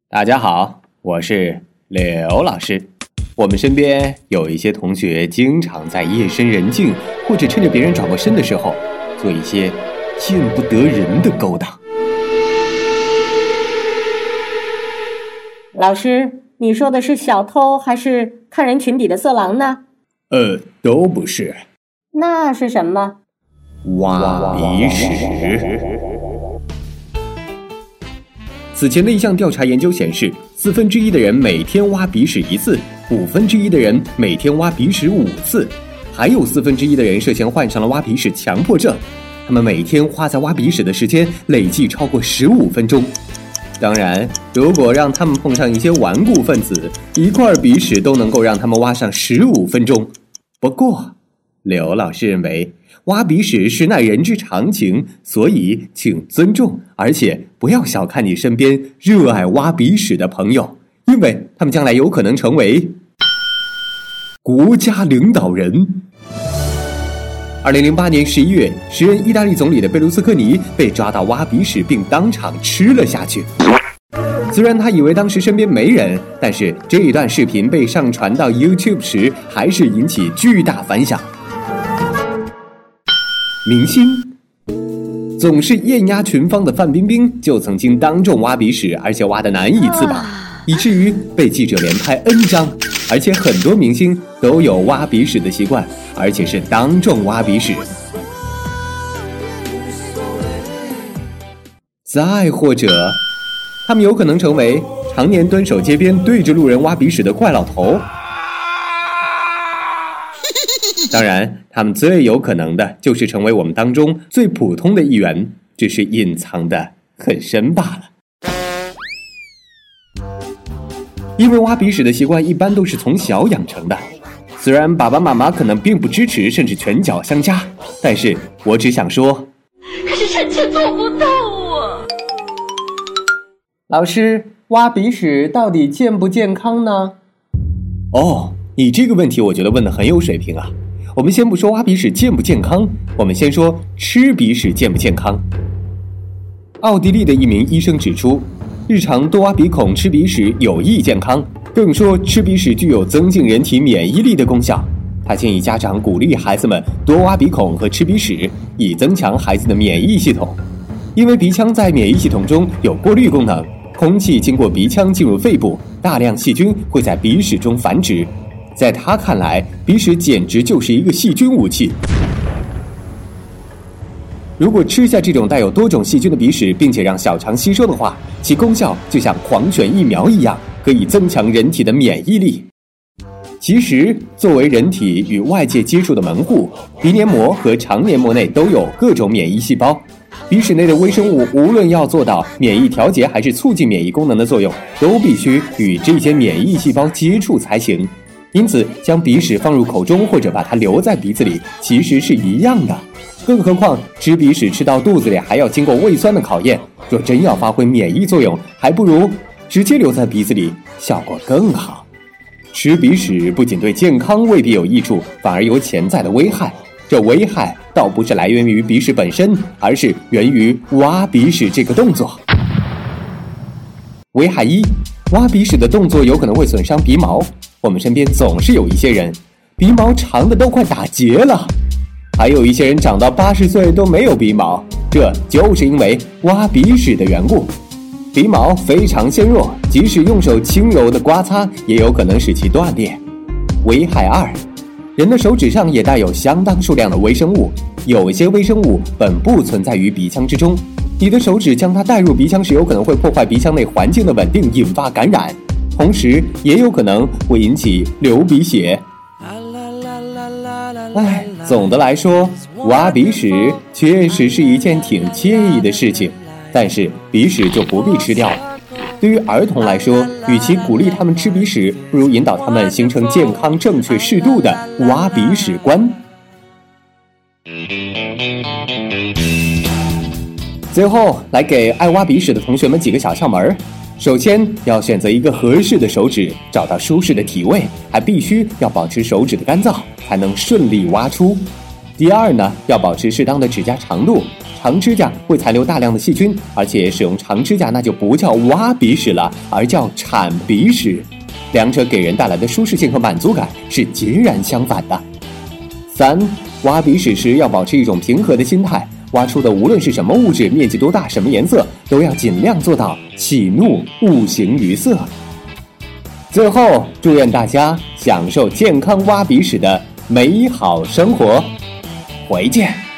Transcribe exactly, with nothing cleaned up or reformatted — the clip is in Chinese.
大家好，我是刘老师。我们身边有一些同学经常在夜深人静或者趁着别人转过身的时候做一些见不得人的勾当。 老师，你说的是小偷还是看人裙底的色狼呢？ 呃，都不是。 那是什么？ 挖鼻屎。此前的一项调查研究显示，四分之一的人每天挖鼻屎一次，五分之一的人每天挖鼻屎五次，还有四分之一的人涉嫌患上了挖鼻屎强迫症。他们每天花在挖鼻屎的时间累计超过十五分钟。当然，如果让他们碰上一些顽固分子，一块鼻屎都能够让他们挖上十五分钟。不过，刘老师认为，挖鼻屎实乃人之常情，所以请尊重，而且不要小看你身边热爱挖鼻屎的朋友，因为他们将来有可能成为国家领导人。二零零八年十一月，时任意大利总理的贝卢斯科尼被抓到挖鼻屎，并当场吃了下去。虽然他以为当时身边没人，但是这一段视频被上传到 YouTube 时，还是引起巨大反响。明星总是艳压群芳的范冰冰就曾经当众挖鼻屎，而且挖得难以自拔，以至于被记者连拍 N 张。而且很多明星都有挖鼻屎的习惯，而且是当众挖鼻屎。再或者，他们有可能成为常年蹲守街边对着路人挖鼻屎的怪老头。当然，他们最有可能的就是成为我们当中最普通的一员，只是隐藏的很深罢了。因为挖鼻屎的习惯一般都是从小养成的，虽然爸爸妈妈可能并不支持，甚至拳脚相加，但是我只想说， 可是臣妾做不到啊。 老师，挖鼻屎到底健不健康呢？哦，你这个问题我觉得问得很有水平啊。我们先不说挖鼻屎健不健康，我们先说吃鼻屎健不健康。奥地利的一名医生指出，日常多挖鼻孔吃鼻屎有益健康，更说吃鼻屎具有增进人体免疫力的功效。他建议家长鼓励孩子们多挖鼻孔和吃鼻屎，以增强孩子的免疫系统。因为鼻腔在免疫系统中有过滤功能，空气经过鼻腔进入肺部，大量细菌会在鼻屎中繁殖。在他看来，鼻屎简直就是一个细菌武器。如果吃下这种带有多种细菌的鼻屎，并且让小肠吸收的话，其功效就像狂犬疫苗一样，可以增强人体的免疫力。其实，作为人体与外界接触的门户，鼻黏膜和肠黏膜内都有各种免疫细胞。鼻屎内的微生物无论要做到免疫调节还是促进免疫功能的作用，都必须与这些免疫细胞接触才行。因此，将鼻屎放入口中或者把它留在鼻子里，其实是一样的。更何况，吃鼻屎吃到肚子里还要经过胃酸的考验，若真要发挥免疫作用，还不如直接留在鼻子里，效果更好。吃鼻屎不仅对健康未必有益处，反而有潜在的危害。这危害倒不是来源于鼻屎本身，而是源于挖鼻屎这个动作。危害一，挖鼻屎的动作有可能会损伤鼻毛。我们身边总是有一些人，鼻毛长的都快打结了，还有一些人长到八十岁都没有鼻毛，这就是因为挖鼻屎的缘故。鼻毛非常纤弱，即使用手轻柔的刮擦，也有可能使其断裂。危害二，人的手指上也带有相当数量的微生物，有一些微生物本不存在于鼻腔之中，你的手指将它带入鼻腔时，有可能会破坏鼻腔内环境的稳定，引发感染，同时也有可能会引起流鼻血。唉，总的来说，挖鼻屎确实是一件挺惬意的事情，但是鼻屎就不必吃掉了。对于儿童来说，与其鼓励他们吃鼻屎，不如引导他们形成健康、正确、适度的挖鼻屎观。最后，来给爱挖鼻屎的同学们几个小窍门。首先，要选择一个合适的手指，找到舒适的体位，还必须要保持手指的干燥，才能顺利挖出。 第二呢，要保持适当的指甲长度，长指甲会残留大量的细菌，而且使用长指甲那就不叫挖鼻屎了，而叫铲鼻屎，两者给人带来的舒适性和满足感是截然相反的。三，挖鼻屎时要保持一种平和的心态，挖出的无论是什么物质、面积多大、什么颜色，都要尽量做到喜怒勿形于色。最后，祝愿大家享受健康挖鼻屎的美好生活，回见。